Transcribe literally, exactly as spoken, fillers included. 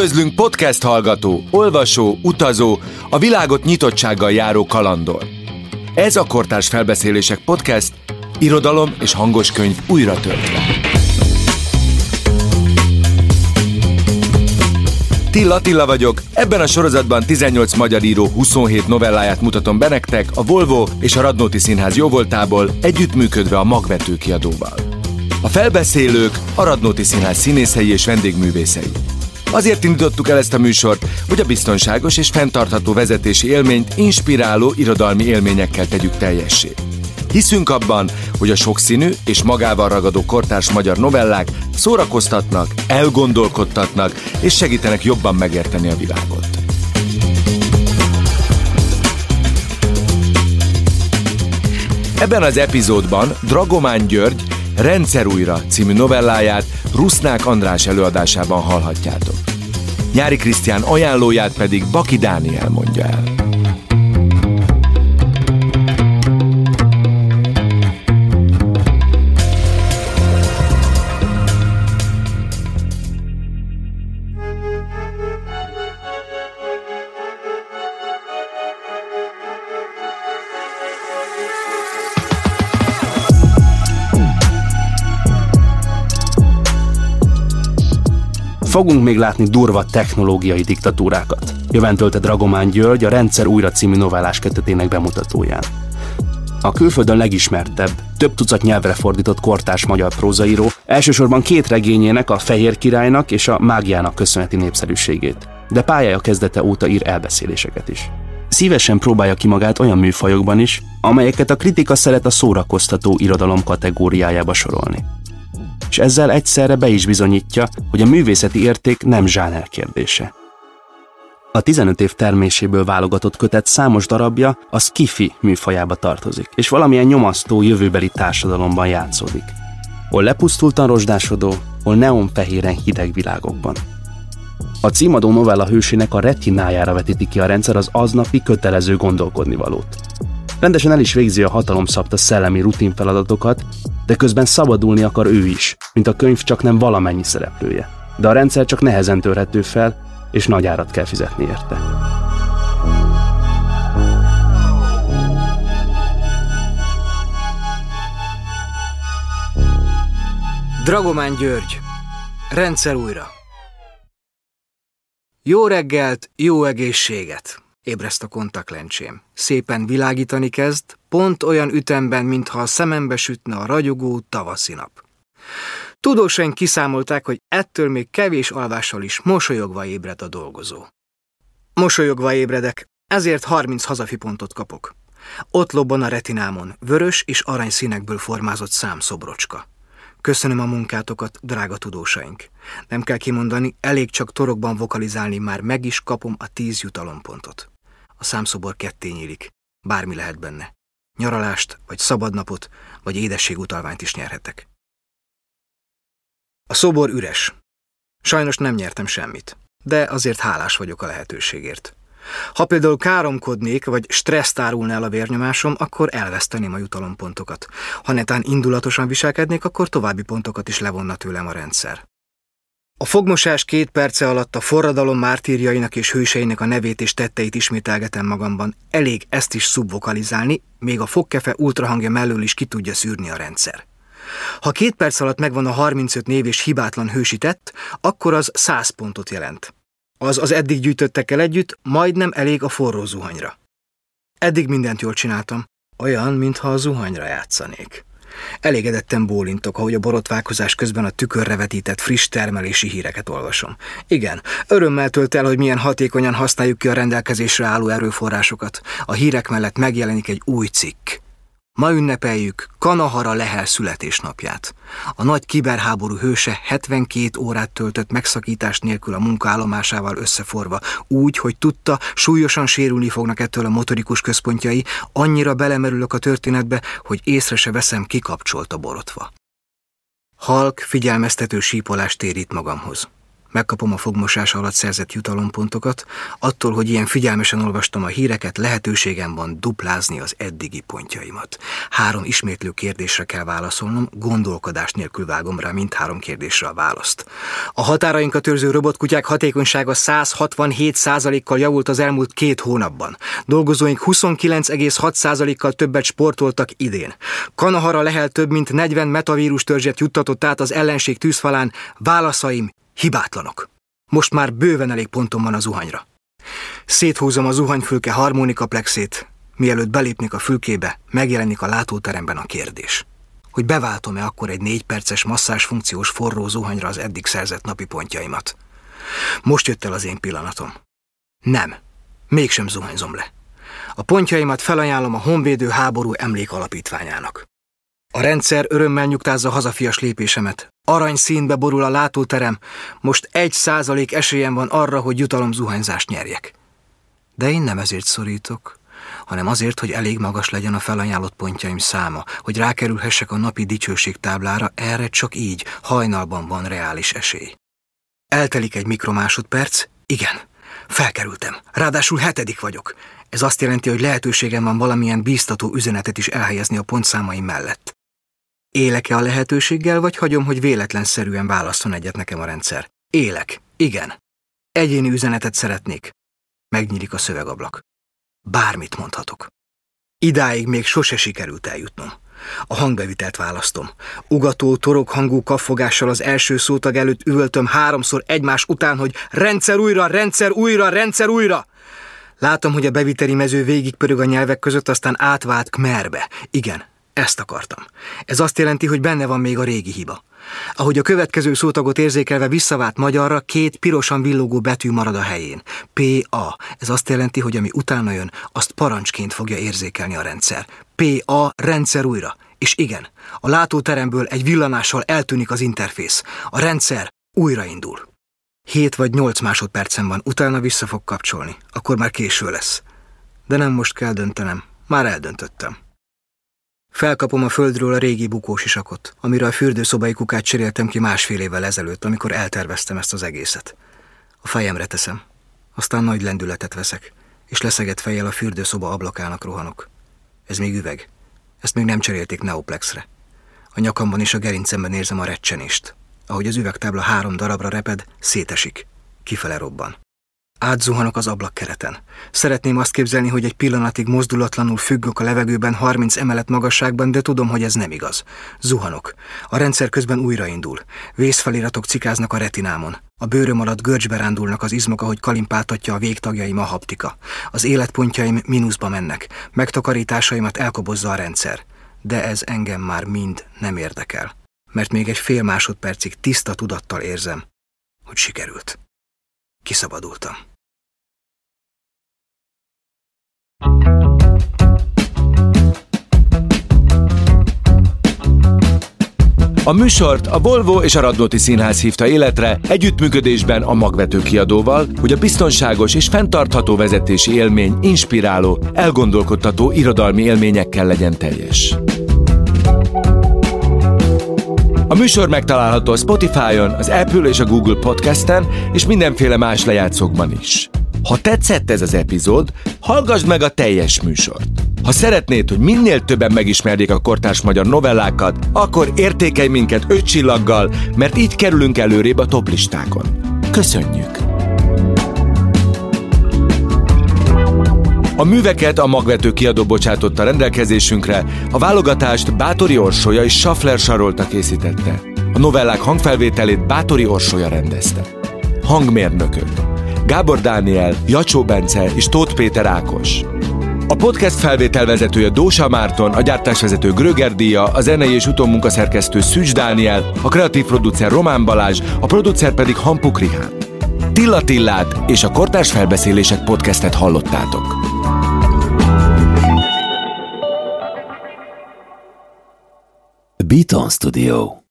Üdvözlünk podcast hallgató, olvasó, utazó, a világot nyitottsággal járó kalandor. Ez a Kortárs Felbeszélések podcast, irodalom és hangos könyv újra töltve. Till Attila vagyok, ebben a sorozatban tizennyolc magyar író huszonhét novelláját mutatom be nektek a Volvo és a Radnóti Színház jóvoltából, együttműködve a Magvető kiadóval. A felbeszélők a Radnóti Színház színészei és vendégművészei. Azért indítottuk el ezt a műsort, hogy a biztonságos és fenntartható vezetési élményt inspiráló irodalmi élményekkel tegyük teljessé. Hiszünk abban, hogy a sokszínű és magával ragadó kortárs magyar novellák szórakoztatnak, elgondolkodtatnak és segítenek jobban megérteni a világot. Ebben az epizódban Dragomán György Rendszer újra című novelláját Rusznák András előadásában hallhatjátok. Nyári Krisztián ajánlóját pedig Baki Dániel mondja el. Fogunk még látni durva technológiai diktatúrákat. Jöventölte Dragomán György a Rendszer újra című novellás kötetének bemutatóján. A külföldön legismertebb, több tucat nyelvre fordított kortárs magyar prózaíró elsősorban két regényének, a Fehér Királynak és a Mágiának köszönheti népszerűségét, de pályája kezdete óta ír elbeszéléseket is. Szívesen próbálja ki magát olyan műfajokban is, amelyeket a kritika szeret a szórakoztató irodalom kategóriájába sorolni. És ezzel egyszerre be is bizonyítja, hogy a művészeti érték nem zsáner kérdése. A tizenöt év terméséből válogatott kötet számos darabja a sci-fi műfajába tartozik, és valamilyen nyomasztó jövőbeli társadalomban játszódik. Hol lepusztultan rozsdásodó, hol neonfehéren hideg világokban. A címadó novella hősének a retinájára vetíti ki a rendszer az aznapi kötelező gondolkodnivalót. Rendesen el is végzi a hatalomszabta szellemi rutinfeladatokat, de közben szabadulni akar ő is, mint a könyv csak nem valamennyi szereplője. De a rendszer csak nehezen törhető fel, és nagy árat kell fizetni érte. Dragomán György, Rendszer újra. Jó reggelt, jó egészséget! Ébreszt a kontaktlencsém. Szépen világítani kezd, pont olyan ütemben, mintha a szemembe sütne a ragyogó tavaszi nap. Tudósaink kiszámolták, hogy ettől még kevés alvással is mosolyogva ébred a dolgozó. Mosolyogva ébredek, ezért harminc hazafi pontot kapok. Ott lobban a retinámon vörös és arany színekből formázott számszobrocska. Köszönöm a munkátokat, drága tudósaink. Nem kell kimondani, elég csak torokban vokalizálni, már meg is kapom a tíz jutalompontot. A számszobor ketté nyílik. Bármi lehet benne. Nyaralást, vagy szabadnapot, vagy édességutalványt is nyerhetek. A szobor üres. Sajnos nem nyertem semmit, de azért hálás vagyok a lehetőségért. Ha például káromkodnék, vagy stresszt árulna el a vérnyomásom, akkor elveszteném a jutalompontokat. Ha netán indulatosan viselkednék, akkor további pontokat is levonna tőlem a rendszer. A fogmosás két perce alatt a forradalom mártírjainak és hőseinek a nevét és tetteit ismételgetem magamban. Elég ezt is szubvokalizálni, még a fogkefe ultrahangja mellől is ki tudja szűrni a rendszer. Ha két perc alatt megvan a harmincöt név és hibátlan hősi tett, akkor az száz pontot jelent. Az az eddig gyűjtöttekkel együtt majdnem elég a forró zuhanyra. Eddig mindent jól csináltam, olyan, mintha a zuhanyra játszanék. Elégedetten bólintok, ahogy a borotválkozás közben a tükörre vetített friss termelési híreket olvasom. Igen, örömmel tölt el, hogy milyen hatékonyan használjuk ki a rendelkezésre álló erőforrásokat. A hírek mellett megjelenik egy új cikk. Ma ünnepeljük Kanahara Lehel születésnapját. A nagy kiberháború hőse hetvenkét órát töltött megszakítás nélkül a munkaállomásával összeforva, úgy, hogy tudta, súlyosan sérülni fognak ettől a motorikus központjai, annyira belemerülök a történetbe, hogy észre se veszem, kikapcsolt a borotva. Halk, figyelmeztető sípolás térít magamhoz. Megkapom a fogmosás alatt szerzett jutalompontokat, attól, hogy ilyen figyelmesen olvastam a híreket, lehetőségem van duplázni az eddigi pontjaimat. Három ismétlő kérdésre kell válaszolnom, gondolkodás nélkül vágom rá mindhárom kérdésre a választ. A határainkat őrző robotkutyák hatékonysága száz hatvanhét százalékkal javult az elmúlt két hónapban. Dolgozóink huszonkilenc egész hat százalékkal többet sportoltak idén. Kanahara Lehel több mint negyven metavírus törzset juttatott át az ellenség tűzfalán. Válaszaim hibátlanok. Most már bőven elég pontom van a zuhanyra. Széthúzom a zuhanyfülke harmonikaplexét, mielőtt belépnék a fülkébe, megjelenik a látóteremben a kérdés. Hogy beváltom-e akkor egy négy perces masszázsfunkciós forró zuhanyra az eddig szerzett napi pontjaimat. Most jött el az én pillanatom. Nem, mégsem zuhanyzom le. A pontjaimat felajánlom a Honvédő háború emlék alapítványának. A rendszer örömmel nyugtázza hazafias lépésemet. Arany színbe borul a látóterem, most egy százalék esélyem van arra, hogy jutalomzuhanyzást nyerjek. De én nem ezért szorítok, hanem azért, hogy elég magas legyen a felajánlott pontjaim száma, hogy rákerülhessek a napi dicsőség táblára, erre csak így, hajnalban van reális esély. Eltelik egy mikromásodperc, igen, felkerültem, ráadásul hetedik vagyok. Ez azt jelenti, hogy lehetőségem van valamilyen bíztató üzenetet is elhelyezni a pontszámaim mellett. Élek-e a lehetőséggel, vagy hagyom, hogy véletlenszerűen válasszon egyet nekem a rendszer? Élek, igen. Egyéni üzenetet szeretnék. Megnyílik a szövegablak. Bármit mondhatok. Idáig még sose sikerült eljutnom. A hangbevitelt választom. Ugató, toroghangú kapfogással az első szótag előtt üvöltöm háromszor egymás után, hogy rendszer újra, rendszer újra, rendszer újra! Látom, hogy a beviteli mező végigpörög a nyelvek között, aztán átvált Khmerbe. Igen, ezt akartam. Ez azt jelenti, hogy benne van még a régi hiba. Ahogy a következő szótagot érzékelve visszavált magyarra, két pirosan villogó betű marad a helyén. pé á. Ez azt jelenti, hogy ami utána jön, azt parancsként fogja érzékelni a rendszer. pé á, rendszer újra. És igen, a látóteremből egy villanással eltűnik az interfész. A rendszer újraindul. Hét vagy nyolc másodpercem van, utána vissza fog kapcsolni. Akkor már késő lesz. De nem most kell döntenem. Már eldöntöttem. Felkapom a földről a régi bukósisakot, amire a fürdőszobai kukát cseréltem ki másfél évvel ezelőtt, amikor elterveztem ezt az egészet. A fejemre teszem. Aztán nagy lendületet veszek, és leszegett fejjel a fürdőszoba ablakának rohanok. Ez még üveg. Ezt még nem cserélték Neoplexre. A nyakamban és a gerincemben érzem a recsenést. Ahogy az üvegtábla három darabra reped, szétesik. Kifele robban. Átzuhanok az ablakkereten. Szeretném azt képzelni, hogy egy pillanatig mozdulatlanul függök a levegőben harminc emelet magasságban, de tudom, hogy ez nem igaz. Zuhanok. A rendszer közben újraindul. Vészfeliratok cikáznak a retinámon. A bőröm alatt görcsbe rándulnak az izmok, ahogy kalimpáltatja a végtagjaim a haptika. Az életpontjaim mínuszba mennek. Megtakarításaimat elkobozza a rendszer. De ez engem már mind nem érdekel. Mert még egy fél másodpercig tiszta tudattal érzem, hogy sikerült. Kiszabadultam. A műsort a Volvo és a Radnóti Színház hívta életre együttműködésben a Magvető kiadóval, hogy a biztonságos és fenntartható vezetési élmény inspiráló, elgondolkodtató irodalmi élményekkel legyen teljes. A műsor megtalálható a Spotify-on, az Apple és a Google Podcasten és mindenféle más lejátszókban is. Ha tetszett ez az epizód, hallgassd meg a teljes műsort. Ha szeretnéd, hogy minél többen megismerjék a kortárs magyar novellákat, akkor értékelj minket öt csillaggal, mert így kerülünk előrébb a toplistákon. Köszönjük! A műveket a Magvető kiadó bocsátotta rendelkezésünkre, a válogatást Báthori Orsolya és Schaffler Sarolta készítette. A novellák hangfelvételét Báthori Orsolya rendezte. Hangmérnökök: Gábor Dániel, Jacsó Bence és Tóth Péter Ákos. A podcast felvételvezetője Dósa Márton, a gyártásvezető Gröger Díja, a zenei és utómunkaszerkesztő Szűcs Dániel, a kreatív producer Román Balázs, a producer pedig Hampuk Rihán. Tilla Tillát és a Kortárs Felbeszélések podcastet hallottátok. Beaton Studio.